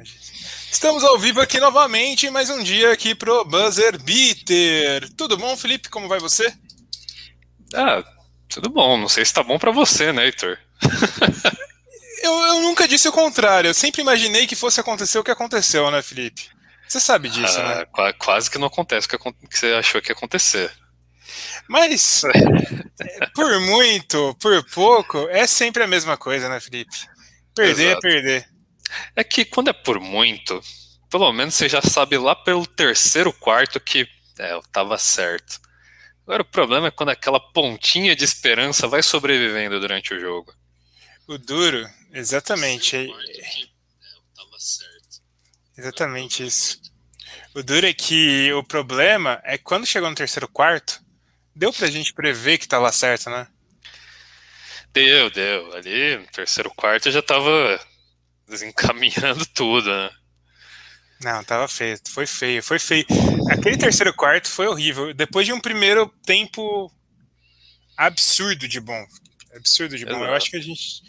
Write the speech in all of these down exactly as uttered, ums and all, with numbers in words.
Estamos ao vivo aqui novamente, mais um dia aqui pro Buzzer Beater. Tudo bom, Felipe? Como vai você? Ah, tudo bom. Não sei se tá bom pra você, né, Heitor? eu, eu nunca disse o contrário. Eu sempre imaginei que fosse acontecer o que aconteceu, né, Felipe? Você sabe disso, né? Ah, qu- quase que não acontece o que, acon- que você achou que ia acontecer. Mas, por muito, por pouco, é sempre a mesma coisa, né, Felipe? Perder é Exato. perder. É que quando é por muito, pelo menos você já sabe lá pelo terceiro quarto que é, eu tava certo. Agora o problema é quando aquela pontinha de esperança vai sobrevivendo durante o jogo. O duro, exatamente. Terceiro É, quarto que é, eu tava certo. Agora o exatamente problema é isso. quando O duro é que o problema é que quando chegou no terceiro quarto, deu pra gente prever que tava certo, né? deu, deu. Ali no terceiro quarto já tava desencaminhando tudo, né? Não, tava feio. Foi feio, foi feio. Aquele terceiro quarto foi horrível. Depois de um primeiro tempo absurdo de bom. Absurdo de bom. Eu acho Exato. que a gente.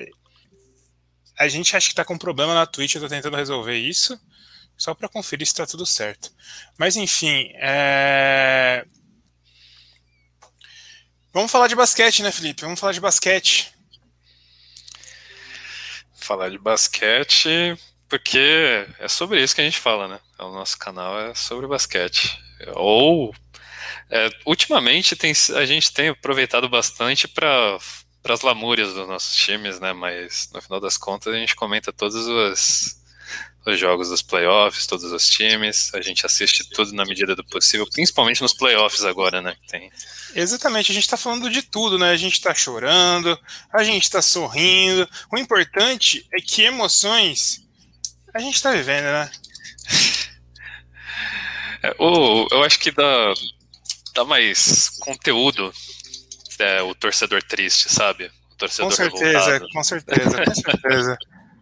A gente acha que tá com um problema na Twitch, eu tô tentando resolver isso. Só pra conferir se tá tudo certo. Mas enfim, é... vamos falar de basquete, né, Felipe? Vamos falar de basquete. Falar de basquete, porque é sobre isso que a gente fala, né? O nosso canal é sobre basquete. Ou, é, ultimamente, tem, a gente tem aproveitado bastante para para as lamúrias dos nossos times, né? Mas no final das contas a gente comenta todos os, os jogos dos playoffs, todos os times, a gente assiste tudo na medida do possível, principalmente nos playoffs agora, né? Que tem. Exatamente, a gente tá falando de tudo, né? A gente tá chorando, a gente tá sorrindo. O importante é que emoções a gente tá vivendo, né? É, o, eu acho que dá, dá mais conteúdo, é, o torcedor triste, sabe? O Com torcedor certeza, revoltado. com certeza, com certeza.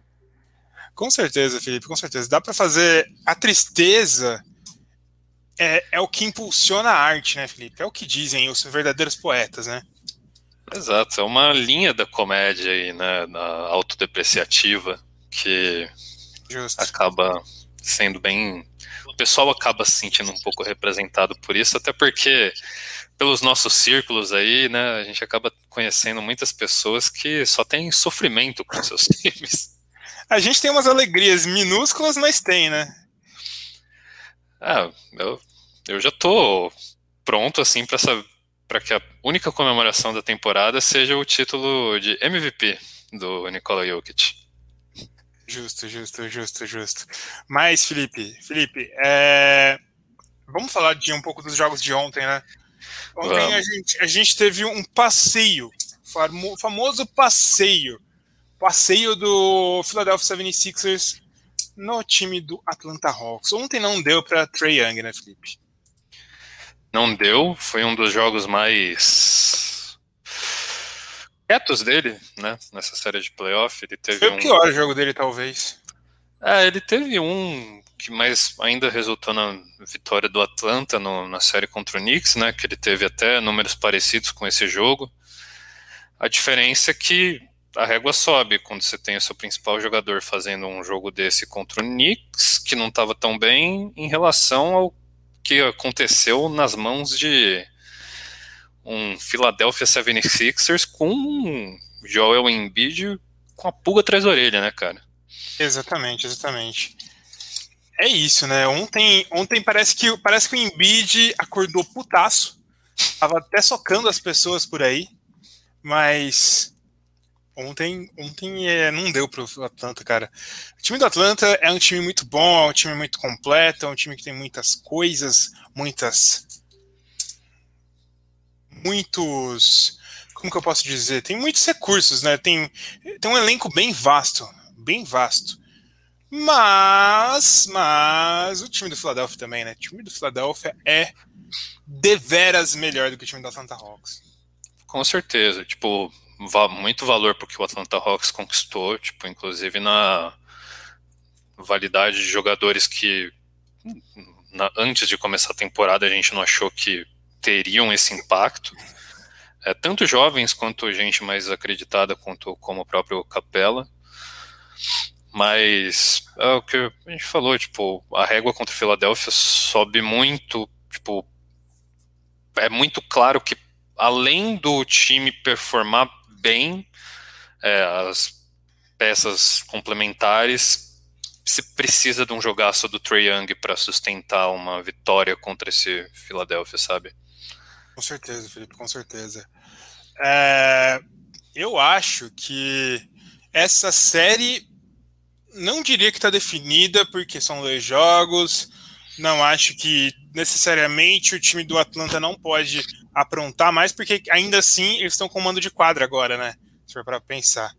Com certeza, Felipe, com certeza. Dá para fazer. A tristeza é, é o que impulsiona a arte, né, Felipe? É o que dizem os verdadeiros poetas, né? Exato, é uma linha da comédia aí, né, na autodepreciativa, que Justo. acaba sendo bem. O pessoal acaba se sentindo um pouco representado por isso, até porque, pelos nossos círculos aí, né, a gente acaba conhecendo muitas pessoas que só têm sofrimento com seus times. A gente tem umas alegrias minúsculas, mas tem, né? Ah, eu, eu já tô pronto, assim, para para que a única comemoração da temporada seja o título de M V P do Nikola Jokic. Justo, justo, justo, justo. Mas, Felipe, Felipe, é... vamos falar de um pouco dos jogos de ontem, né? Ontem a Vamos. gente, a gente teve um passeio, famo- famoso passeio. Passeio do Philadelphia setenta e seis ers no time do Atlanta Hawks. Ontem não deu para Trae Young, né, Felipe? Não deu, foi um dos jogos mais quietos dele, né, nessa série de playoff. Ele teve Foi o um. pior jogo dele, talvez. É, ele teve um que mais ainda resultou na vitória do Atlanta no, na série contra o Knicks, né, que ele teve até números parecidos com esse jogo. A diferença é que a régua sobe quando você tem o seu principal jogador fazendo um jogo desse contra o Knicks, que não estava tão bem, em relação ao que aconteceu nas mãos de um Philadelphia setenta e seis ers com um Joel Embiid com a pulga atrás da orelha, né, cara? Exatamente, exatamente. É isso, né? Ontem, ontem parece que parece que o Embiid acordou putaço. Tava até socando as pessoas por aí, mas ontem, ontem é, não deu pro Atlanta, cara. O time do Atlanta é um time muito bom, é um time muito completo, é um time que tem muitas coisas, muitas muitos, como que eu posso dizer? Tem muitos recursos, né? Tem, tem um elenco bem vasto, bem vasto. Mas, mas o time do Philadelphia também, né? O time do Philadelphia é deveras melhor do que o time do Atlanta Hawks. Com certeza, tipo, va muito valor porque o Atlanta Hawks conquistou, tipo, inclusive na validade de jogadores que na, antes de começar a temporada a gente não achou que teriam esse impacto. É, tanto jovens quanto gente mais acreditada, quanto como o próprio Capella. Mas é o que a gente falou, tipo, a régua contra o Philadelphia sobe muito, tipo, é muito claro que além do time performar bem, é, as peças complementares, se precisa de um jogaço do Trae Young para sustentar uma vitória contra esse Philadelphia, sabe? Com certeza, Felipe, com certeza. É, eu acho que essa série, não diria que está definida, porque são dois jogos. Não acho que necessariamente o time do Atlanta não pode aprontar mais, porque ainda assim eles estão com mando de quadra agora, né? Se for para pensar.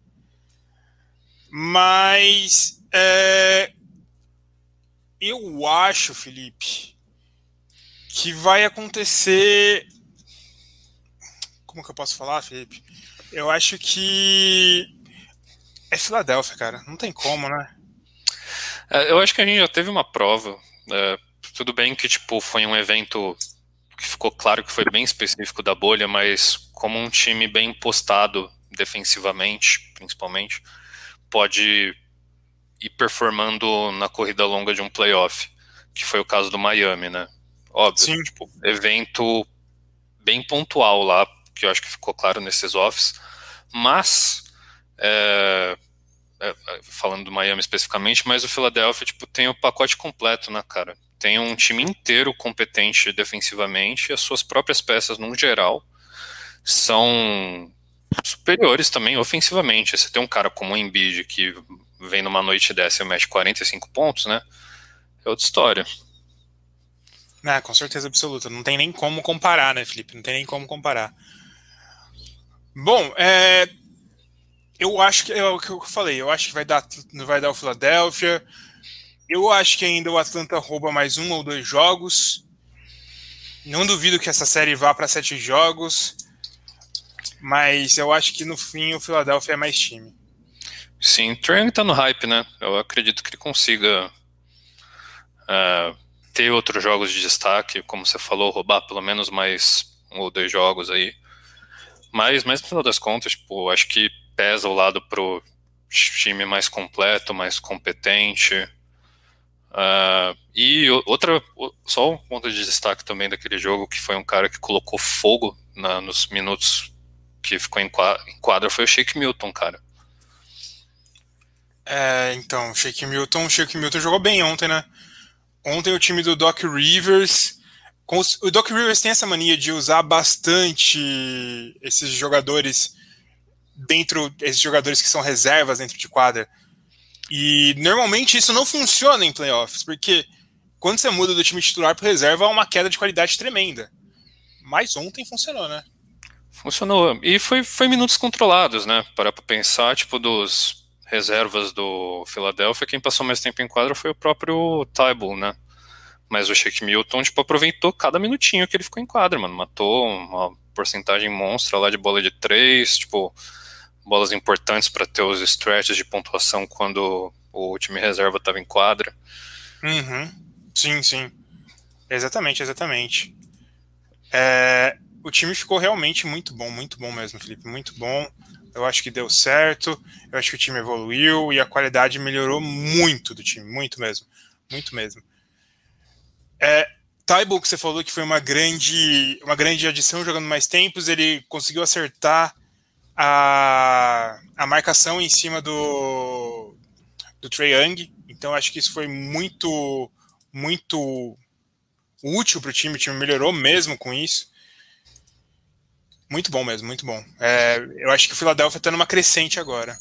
Mas é, eu acho, Felipe, que vai acontecer. Como que eu posso falar, Felipe? Eu acho que é Filadélfia, cara. Não tem como, né? É, eu acho que a gente já teve uma prova. É, tudo bem que tipo foi um evento que ficou claro que foi bem específico da bolha, mas como um time bem postado defensivamente, principalmente, pode ir performando na corrida longa de um playoff, que foi o caso do Miami, né? Óbvio, Sim. tipo, evento bem pontual lá, que eu acho que ficou claro nesses offs, mas é, é, falando do Miami especificamente, mas o Philadelphia tipo, tem o pacote completo, né, cara? Tem um time inteiro competente defensivamente e as suas próprias peças, no geral, são superiores também ofensivamente. Você tem um cara como o Embiid que vem numa noite dessa e mete quarenta e cinco pontos, né? É outra história. Ah, com certeza absoluta. Não tem nem como comparar, né, Felipe? Não tem nem como comparar. Bom, é, eu acho que é o que eu falei. Eu acho que vai dar, vai dar o Philadelphia. Eu acho que ainda o Atlanta rouba mais um ou dois jogos. Não duvido que essa série vá para sete jogos. Mas eu acho que no fim o Philadelphia é mais time. Sim, o Trae Young tá no hype, né? Eu acredito que ele consiga uh, ter outros jogos de destaque, como você falou, roubar pelo menos mais um ou dois jogos aí. Mas, mas no final das contas, tipo, acho que pesa o lado pro time mais completo, mais competente. Uh, e outra, só um ponto de destaque também daquele jogo, que foi um cara que colocou fogo na, nos minutos que ficou em quadra, foi o Shake Milton, cara. É, então, Shake Milton, Shake Milton jogou bem ontem, né? Ontem o time do Doc Rivers. O Doc Rivers tem essa mania de usar bastante esses jogadores dentro, esses jogadores que são reservas dentro de quadra. E normalmente isso não funciona em playoffs, porque quando você muda do time titular para reserva, há uma queda de qualidade tremenda. Mas ontem funcionou, né? Funcionou. E foi, foi minutos controlados, né? Para pensar, tipo, dos reservas do Philadelphia, quem passou mais tempo em quadra foi o próprio Thybulle, né? Mas o Shake Milton, tipo, aproveitou cada minutinho que ele ficou em quadra, mano. Matou uma porcentagem monstra lá de bola de três, tipo, bolas importantes para ter os stretches de pontuação quando o time reserva estava em quadra. Uhum. Sim, sim. Exatamente, exatamente. É, o time ficou realmente muito bom, muito bom mesmo, Felipe. Muito bom. Eu acho que deu certo. Eu acho que o time evoluiu e a qualidade melhorou muito do time. Muito mesmo. Muito mesmo. É, Thybulle, que você falou que foi uma grande, uma grande adição jogando mais tempos, ele conseguiu acertar a, a marcação em cima do, do Trae Young. Então acho que isso foi muito, muito útil para o time. O time melhorou mesmo com isso. Muito bom mesmo, muito bom. É, eu acho que o Philadelphia está numa crescente agora.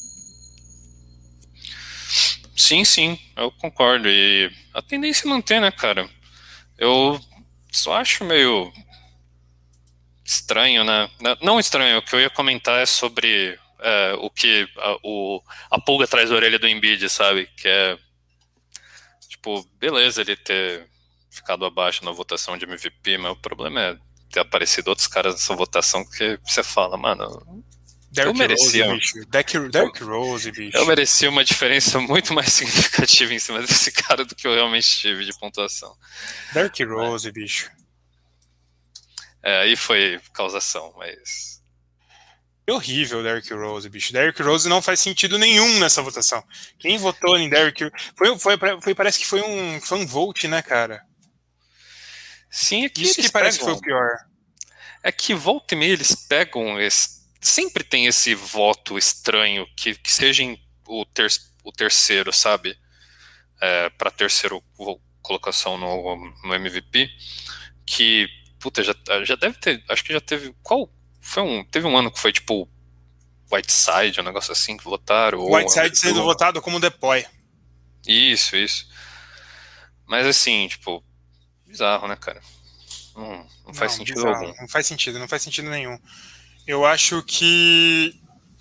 Sim, sim, eu concordo. E a tendência é manter, né, cara? Eu só acho meio estranho, né? Não estranho, o que eu ia comentar é sobre é, o que a, o, a pulga atrás da orelha do Embiid, sabe? Que é, tipo, beleza ele ter ficado abaixo na votação de M V P, mas o problema é ter aparecido outros caras nessa votação que você fala, mano, eu Derrick Rose, merecia. bicho. Derrick, Derrick Rose, bicho. Eu merecia uma diferença muito mais significativa em cima desse cara do que eu realmente tive de pontuação. Derrick Rose, mas, bicho. É, aí foi causação, mas... Foi horrível o Derrick Rose, bicho. Derrick Rose não faz sentido nenhum nessa votação. Quem votou em Derrick foi, foi, foi parece que foi um, foi um vote, né, cara? Sim, é que Isso que parece pegam, que foi o pior. É que volta e meia eles pegam esse, sempre tem esse voto estranho que, que seja o, ter, o terceiro, sabe? É, para terceira colocação no, no M V P, que puta, já, já deve ter, acho que já teve, qual foi um, teve um ano que foi tipo Whiteside, um negócio assim que votaram. Whiteside ou, sendo ou, votado como Depoy. Isso, isso. Mas assim, tipo, bizarro, né, cara? Não, não faz não, sentido bizarro. algum. Não faz sentido, não faz sentido nenhum. Eu acho que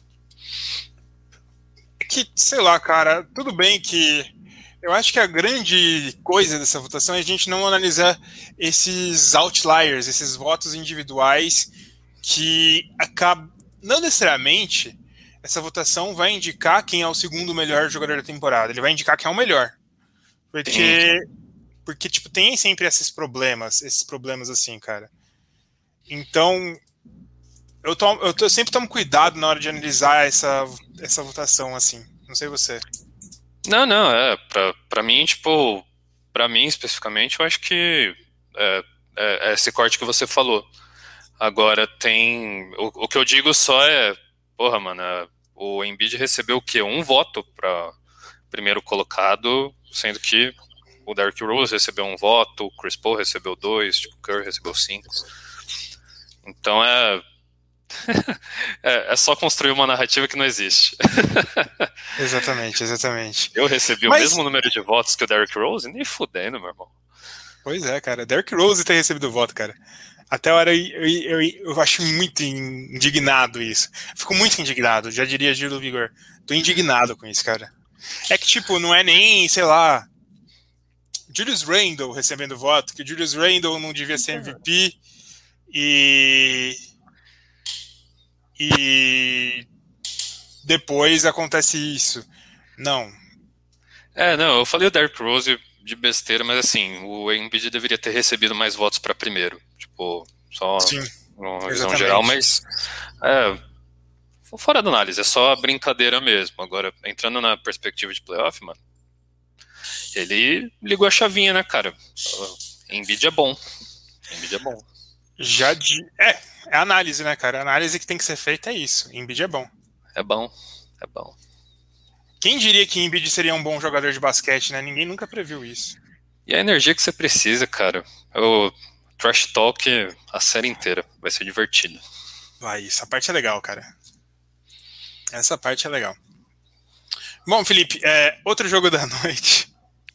que, sei lá, cara, tudo bem que eu acho que a grande coisa dessa votação é a gente não analisar esses outliers, esses votos individuais que acabam, não necessariamente essa votação vai indicar quem é o segundo melhor jogador da temporada, ele vai indicar quem é o melhor. Porque, porque tipo, tem sempre esses problemas, esses problemas assim, cara. Então, eu, to, eu, to, eu sempre tomo cuidado na hora de analisar essa, essa votação, assim. Não sei você. Não, não, é, pra, pra mim, tipo, pra mim especificamente, eu acho que é, é, é esse corte que você falou. Agora tem, o, o que eu digo só é, porra, mano, é, o Embiid recebeu o quê? Um voto pra primeiro colocado, sendo que o Derrick Rose recebeu um voto, o Chris Paul recebeu dois, tipo, o Curry recebeu cinco. Então é, é, é só construir uma narrativa que não existe. Exatamente, exatamente. Eu recebi Mas... o mesmo número de votos que o Derrick Rose, nem fudendo, meu irmão. Pois é, cara. Derrick Rose ter recebido voto, cara. Até a hora eu, eu, eu, eu acho muito indignado isso. Fico muito indignado, já diria Gil do Vigor. Tô indignado com isso, cara. É que, tipo, não é nem, sei lá, Julius Randle recebendo voto, que o Julius Randle não devia ser M V P e... E depois acontece isso. Não. É, não, eu falei o Derrick Rose de besteira, mas assim, o Embiid deveria ter recebido mais votos para primeiro. Tipo, só Sim, uma visão geral, mas é, fora da análise, é só brincadeira mesmo. Agora, entrando na perspectiva de playoff, mano, ele ligou a chavinha, né, cara? Embiid é bom. Embiid é bom. Já de... É, é análise, né, cara? A análise que tem que ser feita é isso. Embiid é bom. É bom, é bom. Quem diria que Embiid seria um bom jogador de basquete, né? Ninguém nunca previu isso. E a energia que você precisa, cara. O trash talk a série inteira. Vai ser divertido. Vai, essa parte é legal, cara. Essa parte é legal. Bom, Felipe, é, outro jogo da noite.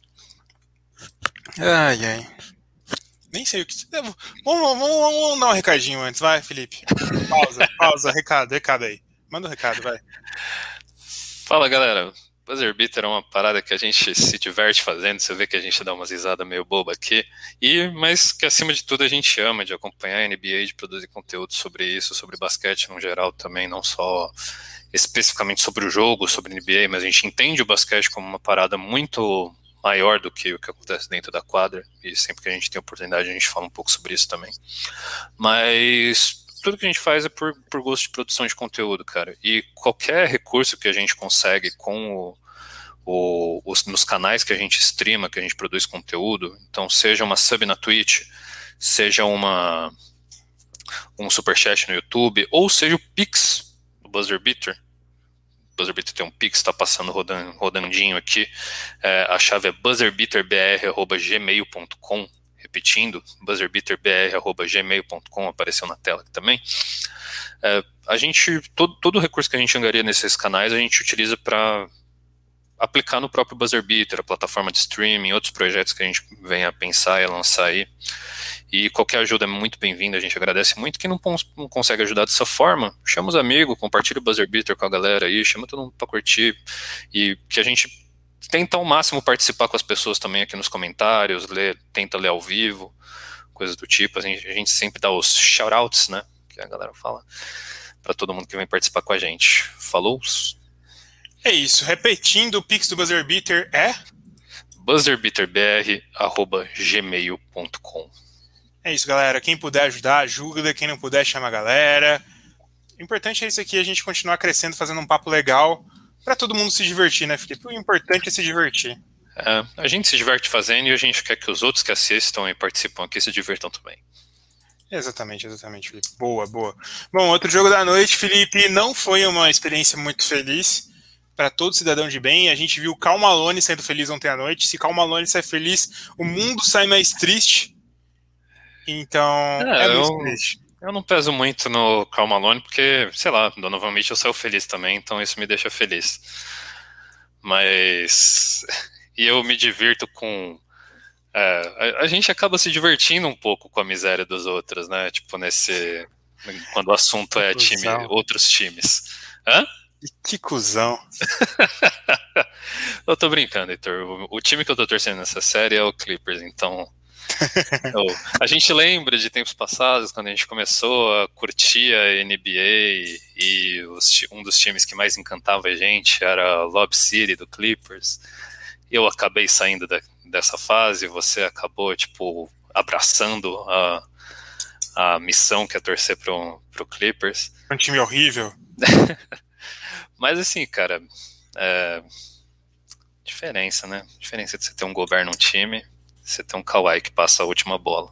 Ai, ai. Nem sei o que... Vamos, vamos, vamos, vamos dar um recadinho antes, vai, Felipe. Pausa, pausa, recado, recado aí. Manda um recado, vai. Fala, galera. Buzzer Beater é uma parada que a gente se diverte fazendo, você vê que a gente dá umas risadas meio boba aqui, e, mas que acima de tudo a gente ama de acompanhar a N B A, de produzir conteúdo sobre isso, sobre basquete no geral também, não só especificamente sobre o jogo, sobre a N B A, mas a gente entende o basquete como uma parada muito maior do que o que acontece dentro da quadra, e sempre que a gente tem oportunidade a gente fala um pouco sobre isso também. Mas tudo que a gente faz é por, por gosto de produção de conteúdo, cara, e qualquer recurso que a gente consegue com o, o, os, nos canais que a gente streama, que a gente produz conteúdo, então seja uma sub na Twitch, seja uma um superchat no YouTube, ou seja o Pix do Buzzer Beater. O Buzzer Beater tem um Pix, está passando rodando, rodandinho aqui, é, a chave é buzzer beater b r arroba gmail ponto com. Repetindo, buzzer beater b r arroba gmail ponto com, apareceu na tela aqui também. É, a gente, todo, todo o recurso que a gente angaria nesses canais, a gente utiliza para aplicar no próprio Buzzer Beater, a plataforma de streaming, outros projetos que a gente vem a pensar e a lançar aí. E qualquer ajuda é muito bem-vinda, a gente agradece muito. Quem não, não consegue ajudar dessa forma, chama os amigos, compartilha o Buzzer Beater com a galera aí, chama todo mundo para curtir, e que a gente tenta ao máximo participar com as pessoas também aqui nos comentários, ler, tenta ler ao vivo, coisas do tipo. A gente, a gente sempre dá os shoutouts, né, que a galera fala, para todo mundo que vem participar com a gente. Falou? É isso. Repetindo, o Pix do Buzzer Beater é buzzer beater b r arroba gmail ponto com. É isso, galera. Quem puder ajudar, ajuda. Quem não puder, chama a galera. O importante é isso aqui, a gente continuar crescendo, fazendo um papo legal, pra todo mundo se divertir, né, Felipe? O importante é se divertir. É, a gente se diverte fazendo e a gente quer que os outros que assistam e participam aqui se divirtam também. Exatamente, exatamente, Felipe. Boa, boa. Bom, outro jogo da noite, Felipe, não foi uma experiência muito feliz para todo cidadão de bem. A gente viu Karl Malone saindo feliz ontem à noite. Se Karl Malone sai feliz, o mundo sai mais triste. Então, é, é muito eu, triste. Eu não peso muito no Karl Malone porque, sei lá, Donovan Mitchell saiu feliz também, então isso me deixa feliz. Mas... E eu me divirto com... É, a, a gente acaba se divertindo um pouco com a miséria dos outros, né? Tipo, nesse... Quando o assunto é time, outros times. Hã? Que cuzão. Eu tô brincando, Heitor. O, o time que eu tô torcendo nessa série é o Clippers, então... eu, a gente lembra de tempos passados, quando a gente começou a curtir a N B A e os, um dos times que mais encantava a gente era o Lob City do Clippers. Eu acabei saindo da, dessa fase, você acabou tipo abraçando a, a missão que é torcer pro, pro Clippers. Um time horrível. Mas assim, cara, é, diferença, né? Diferença de você ter um Gobert num time, você ter um Kawhi que passa a última bola.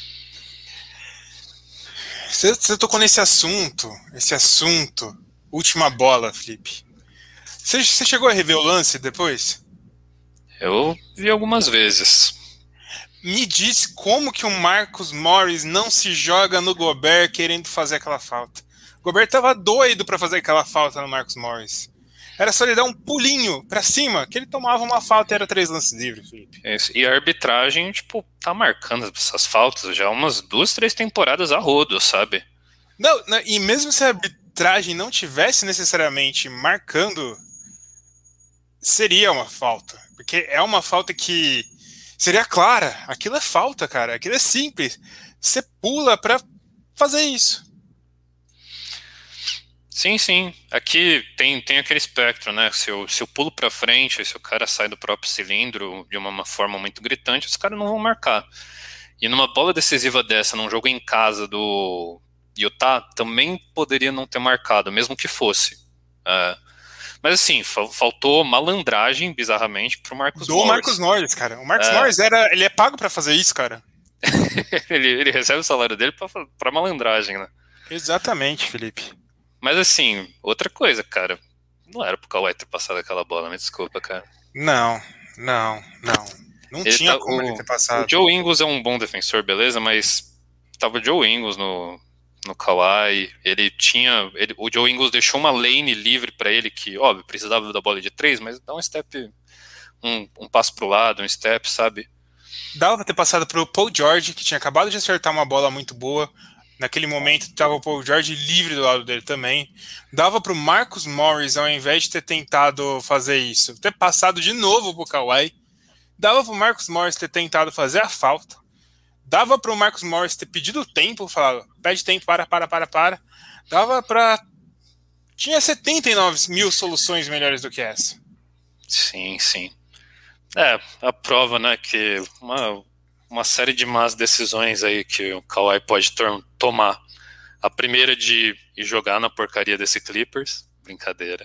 Você, você tocou nesse assunto, esse assunto, última bola, Felipe. Você, você chegou a rever o lance depois? Eu vi algumas vezes. Me diz como que o Marcus Morris não se joga no Gobert querendo fazer aquela falta. O Gobert tava doido pra fazer aquela falta no Marcus Morris. Era só ele dar um pulinho pra cima, que ele tomava uma falta e era três lances livres, Felipe. Isso. E a arbitragem, tipo, tá marcando essas faltas já umas duas, três temporadas a rodo, sabe? Não, não, e mesmo se a arbitragem não tivesse necessariamente marcando, seria uma falta. Porque é uma falta que seria clara. Aquilo é falta, cara. Aquilo é simples. Você pula pra fazer isso. Sim, sim. Aqui tem, tem aquele espectro, né? Se eu, se eu pulo pra frente, se o cara sai do próprio cilindro de uma, uma forma muito gritante, os caras não vão marcar. E numa bola decisiva dessa, num jogo em casa do Utah, também poderia não ter marcado, mesmo que fosse. É, mas assim, fa- faltou malandragem, bizarramente, pro Marcus Do Morris. Marcus Morris, cara. O Marcus É. Morris, era, ele é pago pra fazer isso, cara. ele, ele recebe o salário dele pra, pra malandragem, né? Exatamente, Felipe. Mas assim, outra coisa, cara. Não era pro Kawhi ter passado aquela bola, me desculpa, cara. Não, não, não. Não Ele tinha tá- como o, ele ter passado. O Joe Ingles é um bom defensor, beleza, mas tava o Joe Ingles no, no Kawhi. Ele tinha. Ele, o Joe Ingles deixou uma lane livre pra ele que, óbvio, precisava da bola de três, mas dá um step, um, um passo pro lado, um step, sabe? Dava pra ter passado pro Paul George, que tinha acabado de acertar uma bola muito boa. Naquele momento tava o Paul George livre do lado dele também. Dava pro Marcus Morris, ao invés de ter tentado fazer isso, ter passado de novo pro Kawhi. Dava pro Marcus Morris ter tentado fazer a falta. Dava pro Marcus Morris ter pedido tempo, falava, pede tempo, para, para, para, para. Dava pra... Tinha setenta e nove mil soluções melhores do que essa. Sim, sim. É, a prova, né, que uma, uma série de más decisões aí que o Kawhi pode to- tomar. A primeira de ir jogar na porcaria desse Clippers, brincadeira.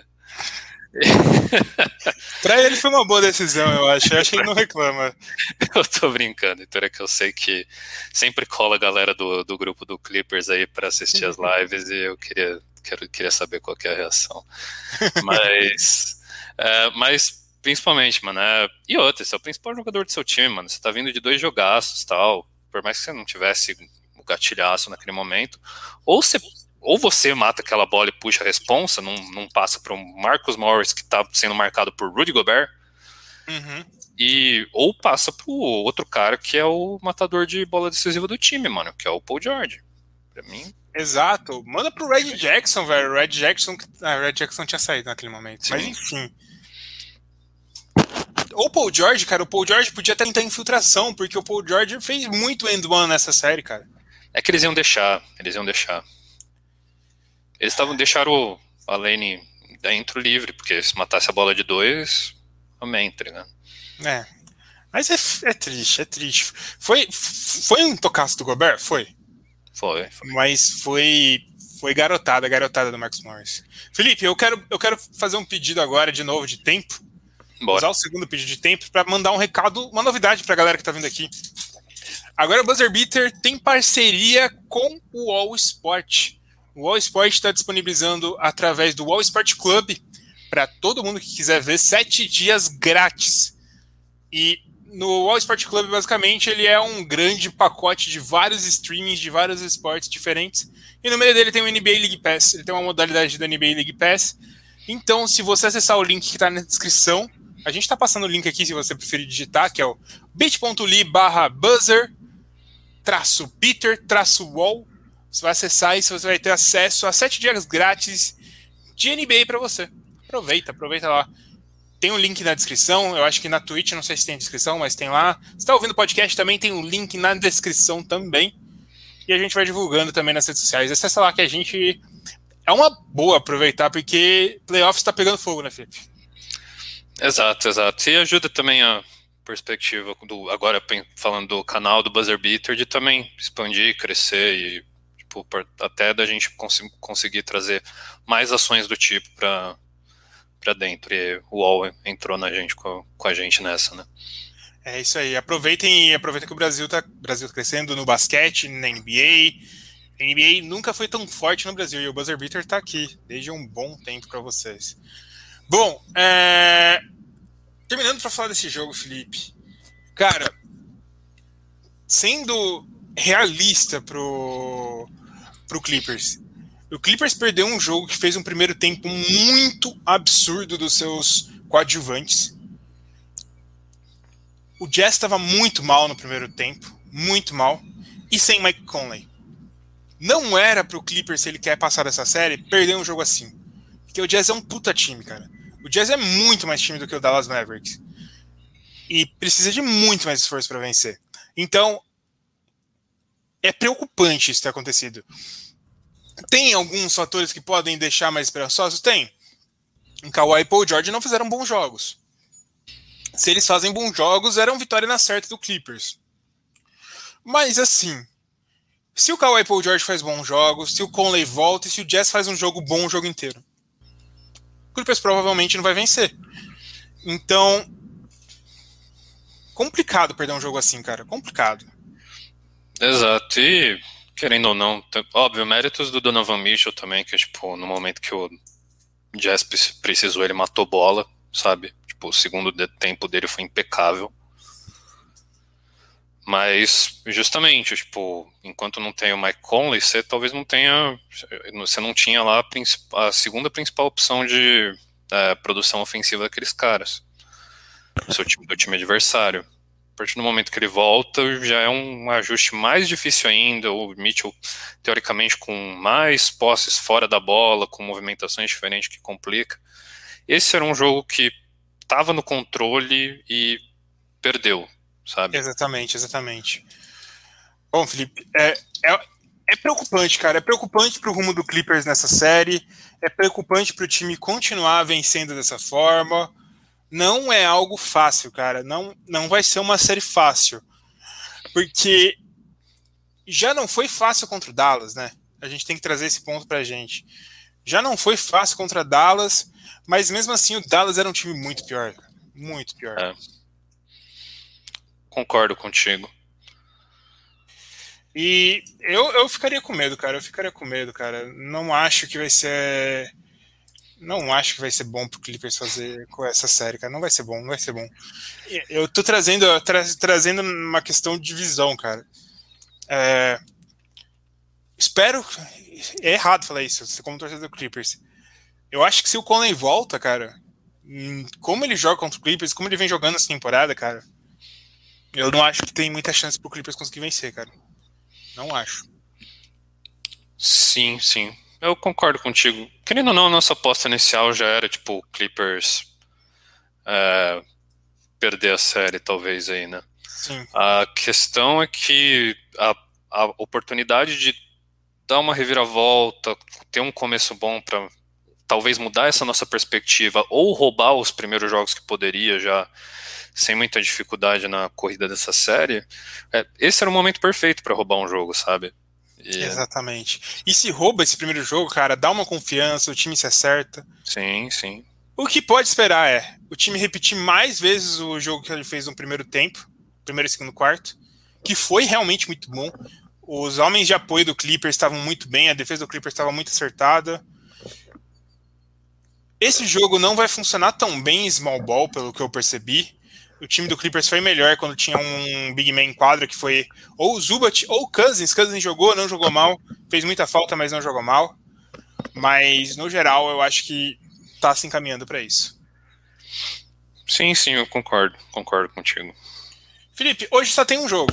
Pra ele foi uma boa decisão, eu acho. Eu acho que ele não reclama. Eu tô brincando, então é que eu sei que sempre cola a galera do, do grupo do Clippers aí pra assistir as lives e eu queria, quero, queria saber qual que é a reação. Mas, é, mas principalmente, mano, é, e outra, você é o principal jogador do seu time, mano. Você tá vindo de dois jogaços e tal, por mais que você não tivesse o gatilhaço naquele momento, ou você, ou você mata aquela bola e puxa a responsa, não, não passa pro Marcus Morris que tá sendo marcado por Rudy Gobert, Uhum. e, ou passa pro outro cara que é o matador de bola decisiva do time, mano, que é o Paul George. Pra mim... Exato. Manda pro Red Jackson, velho. O Red Jackson... Ah, o Red Jackson tinha saído naquele momento. Sim. Mas enfim. O Paul George, cara, o Paul George podia até tentar infiltração, porque o Paul George fez muito end-one nessa série, cara. É que eles iam deixar, eles iam deixar. Eles estavam deixaram a lane dentro livre, porque se matasse a bola de dois, amém, tá ligado? É. Mas é, é triste, é triste. Foi, foi um tocaço do Gobert? Foi. Foi, foi. Mas foi, Foi garotada, garotada do Marcus Morris. Felipe, eu quero, eu quero fazer um pedido agora, de novo, de tempo. Bora. Usar o segundo pedido de tempo para mandar um recado, uma novidade para a galera que tá vindo aqui. Agora o Buzzer Beater tem parceria com o All Sport. O All Sport está disponibilizando através do All Sport Club para todo mundo que quiser ver sete dias grátis. E no All Sport Club, basicamente, ele é um grande pacote de vários streamings de vários esportes diferentes. E no meio dele tem o N B A League Pass. Ele tem uma modalidade do N B A League Pass. Então, se você acessar o link que está na descrição, a gente está passando o link aqui, se você preferir digitar, que é o bit.ly barra buzzer traço beater traço wall. Você vai acessar e você vai ter acesso a sete dias grátis de N B A para você. Aproveita, aproveita lá. Tem um link na descrição, eu acho que na Twitch, não sei se tem descrição, mas tem lá. Se está ouvindo o podcast, também tem um link na descrição também. E a gente vai divulgando também nas redes sociais. Acessa lá que a gente... É uma boa aproveitar, porque playoffs está pegando fogo, né, Felipe? Exato, exato. E ajuda também a perspectiva, do, agora falando do canal do Buzzer Beater, de também expandir, crescer e tipo, até da gente cons conseguir trazer mais ações do tipo para para dentro. E o U O L entrou na gente com, com a gente nessa, né? É isso aí. Aproveitem, aproveitem que o Brasil tá, Brasil tá crescendo no basquete, na N B A. A N B A nunca foi tão forte no Brasil e o Buzzer Beater tá aqui desde um bom tempo para vocês. Bom, é... terminando para falar desse jogo, Felipe. Cara, sendo realista pro, pro Clippers, o Clippers perdeu um jogo que fez um primeiro tempo muito absurdo dos seus coadjuvantes. O Jazz estava muito mal no primeiro tempo, muito mal, e sem Mike Conley. Não era pro Clippers, se ele quer passar dessa série, perder um jogo assim. Porque o Jazz é um puta time, cara. O Jazz é muito mais time do que o Dallas Mavericks. E precisa de muito mais esforço para vencer. Então, é preocupante isso ter acontecido. Tem alguns fatores que podem deixar mais esperançosos? Tem. O Kawhi e Paul George não fizeram bons jogos. Se eles fazem bons jogos, era uma vitória na certa do Clippers. Mas assim, se o Kawhi e Paul George faz bons jogos, se o Conley volta e se o Jazz faz um jogo bom o jogo inteiro, o Clippers provavelmente não vai vencer. Então, complicado perder um jogo assim, cara. Complicado. Exato. E, querendo ou não, óbvio, méritos do Donovan Mitchell também, que tipo, no momento que o Jazz precisou, ele matou bola, sabe? Tipo, o segundo tempo dele foi impecável. Mas, justamente, tipo, enquanto não tem o Mike Conley, você talvez não tenha... Você não tinha lá a, a segunda principal opção de é, produção ofensiva daqueles caras. Do seu time, do time adversário. A partir do momento que ele volta, já é um ajuste mais difícil ainda. O Mitchell, teoricamente, com mais posses fora da bola, com movimentações diferentes que complica. Esse era um jogo que estava no controle e perdeu, sabe? Exatamente, exatamente. Bom, Felipe, é, é, é preocupante, cara. É preocupante pro rumo do Clippers nessa série. É preocupante pro time continuar vencendo dessa forma. Não é algo fácil, cara. Não, não vai ser uma série fácil. Porque já não foi fácil contra o Dallas, né? A gente tem que trazer esse ponto pra gente. Já não foi fácil contra Dallas, mas mesmo assim o Dallas era um time muito pior. Muito pior. É. Concordo contigo. E eu, eu ficaria com medo, cara. Eu ficaria com medo, cara. Não acho que vai ser... Não acho que vai ser bom pro Clippers fazer com essa série, cara. Não vai ser bom, não vai ser bom. Eu tô trazendo, tra trazendo uma questão de visão, cara. É... Espero... É errado falar isso, como torcedor do Clippers. Eu acho que se o Conley volta, cara, como ele joga contra o Clippers, como ele vem jogando essa temporada, cara, eu não acho que tem muita chance pro Clippers conseguir vencer, cara. Não acho. Sim, sim. Eu concordo contigo. Querendo ou não, a nossa aposta inicial já era, tipo, Clippers é, perder a série, talvez, aí, né? Sim. A questão é que a, a oportunidade de dar uma reviravolta, ter um começo bom para talvez mudar essa nossa perspectiva ou roubar os primeiros jogos que poderia já sem muita dificuldade na corrida dessa série, é, esse era o momento perfeito para roubar um jogo, sabe? E, Exatamente. E se rouba esse primeiro jogo, cara, dá uma confiança, o time se acerta. sim, sim. O que pode esperar é o time repetir mais vezes o jogo que ele fez no primeiro tempo, primeiro e segundo quarto, que foi realmente muito bom. Os homens de apoio do Clippers estavam muito bem, a defesa do Clippers estava muito acertada. Esse jogo não vai funcionar tão bem em small ball, pelo que eu percebi. O time do Clippers foi melhor quando tinha um big man em quadra, que foi ou o Zubat ou o Cousins. Cousins jogou, não jogou mal. Fez muita falta, mas não jogou mal. Mas, no geral, eu acho que tá se encaminhando para isso. Sim, sim, eu concordo. Concordo contigo. Felipe, hoje só tem um jogo.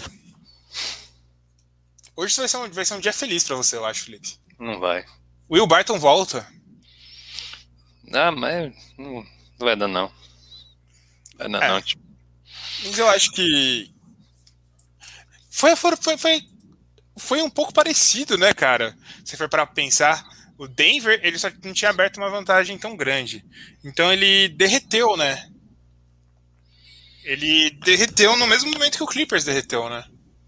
Hoje vai ser um, vai ser um dia feliz para você, eu acho, Felipe. Não vai. Will Barton volta. Ah, mas não, não vai dar, não. Vai dar, É, não. Tipo. Mas eu acho que foi, foi, foi, foi, foi um pouco parecido, né, cara? Se for para pensar, o Denver ele só não tinha aberto uma vantagem tão grande. Então ele derreteu, né? Ele derreteu no mesmo momento que o Clippers derreteu, né?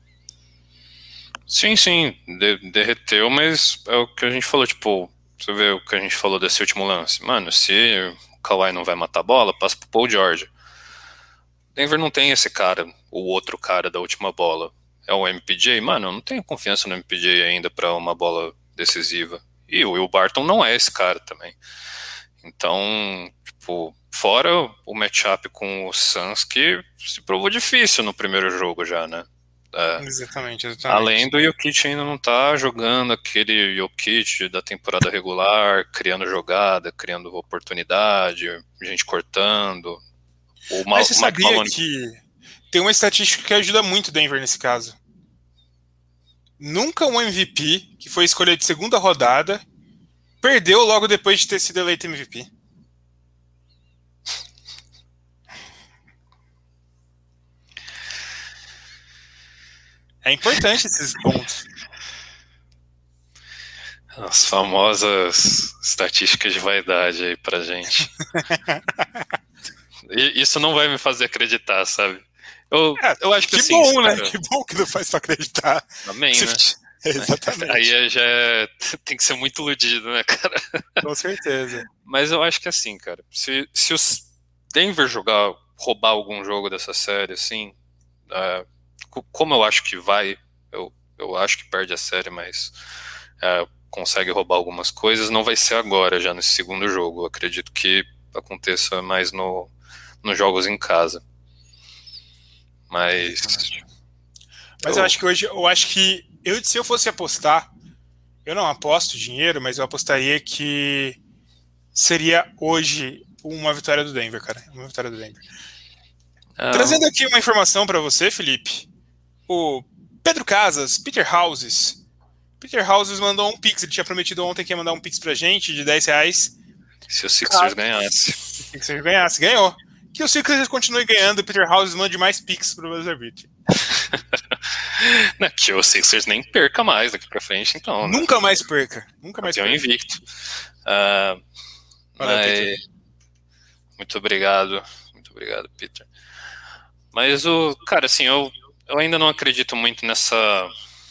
Sim, sim, de, derreteu, mas é o que a gente falou, tipo, você vê o que a gente falou desse último lance. Mano, se o Kawhi não vai matar a bola, passa pro Paul George. Denver não tem esse cara, o outro cara da última bola. É o M P J? Mano, eu não tenho confiança no M P J ainda pra uma bola decisiva. E o Will Barton não é esse cara também. Então, tipo, fora o matchup com o Suns, que se provou difícil no primeiro jogo já, né? É. Exatamente, exatamente. Além do Jokic ainda não tá jogando aquele Jokic da temporada regular, criando jogada, criando oportunidade, gente cortando. O Mal, Mas você sabia Malone... que tem uma estatística que ajuda muito o Denver nesse caso. Nunca um M V P que foi escolhido de segunda rodada perdeu logo depois de ter sido eleito M V P. É importante esses pontos. As famosas estatísticas de vaidade aí pra gente. E isso não vai me fazer acreditar, sabe? Eu, é, eu acho que, que assim, bom, cara... né? Que bom que não faz pra acreditar. Amém, né? Exatamente. Aí já é... tem que ser muito iludido, né, cara? Com certeza. Mas eu acho que assim, cara, se, se o Denver jogar, roubar algum jogo dessa série, assim, uh, como eu acho que vai, eu, eu acho que perde a série, mas uh, consegue roubar algumas coisas, não vai ser agora, já nesse segundo jogo. Eu acredito que aconteça mais no, nos jogos em casa. Mas... Mas eu... eu acho que hoje, eu acho que eu, se eu fosse apostar, eu não aposto dinheiro, mas eu apostaria que seria hoje uma vitória do Denver, cara. Uma vitória do Denver. Ah. Trazendo aqui uma informação para você, Felipe. O Pedro Casas, Peter Houses. Peter Houses mandou um pix. Ele tinha prometido ontem que ia mandar um pix pra gente de dez reais. Se o Sixers ah, ganhasse. Se o Sixers ganhasse, ganhou. Que o Sixers continue ganhando e o Peter Houses mande mais pix pro Buzzer Beat. Não, que o Sixers nem perca mais daqui pra frente, então. Nunca né? mais perca. Nunca mais perca. invicto. Uh, mas... Muito obrigado. Muito obrigado, Peter. Mas o. Cara, assim, eu, eu ainda não acredito muito nessa.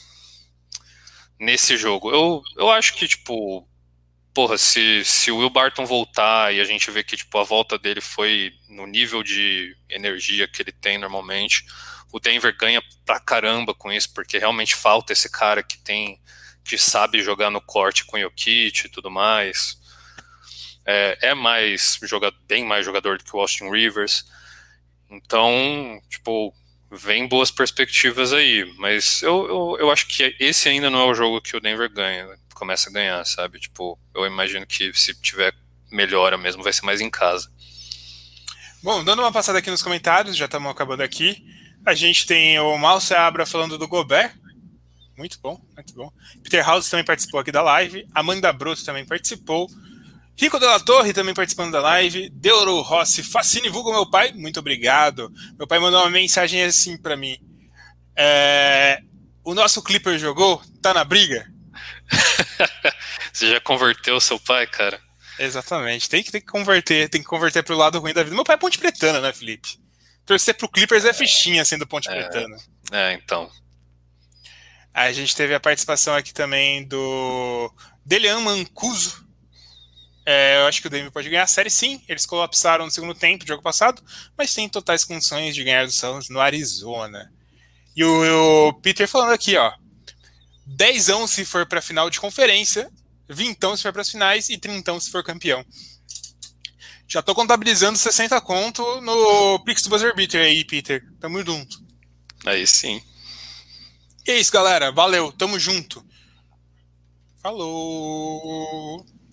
Nesse jogo. Eu, eu acho que, tipo. Porra, se, se o Will Barton voltar e a gente vê que, tipo, a volta dele foi no nível de energia que ele tem normalmente, o Denver ganha pra caramba com isso, porque realmente falta esse cara que tem, que sabe jogar no corte com o Jokic e tudo mais. É, é mais jogador, bem mais jogador do que o Austin Rivers. Então, tipo, vem boas perspectivas aí. Mas eu, eu, eu acho que esse ainda não é o jogo que o Denver ganha, começa a ganhar, sabe? Tipo, eu imagino que se tiver melhora mesmo, vai ser mais em casa. Bom, dando uma passada aqui nos comentários, já estamos acabando aqui. A gente tem o Mal Seabra falando do Gobert. Muito bom, muito bom. Peter House também participou aqui da live. Amanda Broto também participou. Rico Della Torre também participando da live. Deuro Rossi, Facine vulgo meu pai. Muito obrigado. Meu pai mandou uma mensagem assim pra mim. É... O nosso Clipper jogou? Tá na briga? Você já converteu o seu pai, cara? Exatamente. Tem que, tem que converter. Tem que converter pro lado ruim da vida. Meu pai é Ponte Pretana, né, Felipe? Torcer pro Clippers é fichinha sendo Ponte é, Pretana. É, então. A gente teve a participação aqui também do Delian Mancuso. É, eu acho que o Denver pode ganhar a série, sim. Eles colapsaram no segundo tempo do jogo passado, mas tem totais condições de ganhar do Suns no Arizona. E o, o Peter falando aqui, ó. Dezão se for para final de conferência, vintão se for para as finais e trintão se for campeão. Já tô contabilizando sessenta conto no Pix do Buzzer Beater aí, Peter. Tamo junto. Aí sim. E é isso, galera. Valeu. Tamo junto. Falou.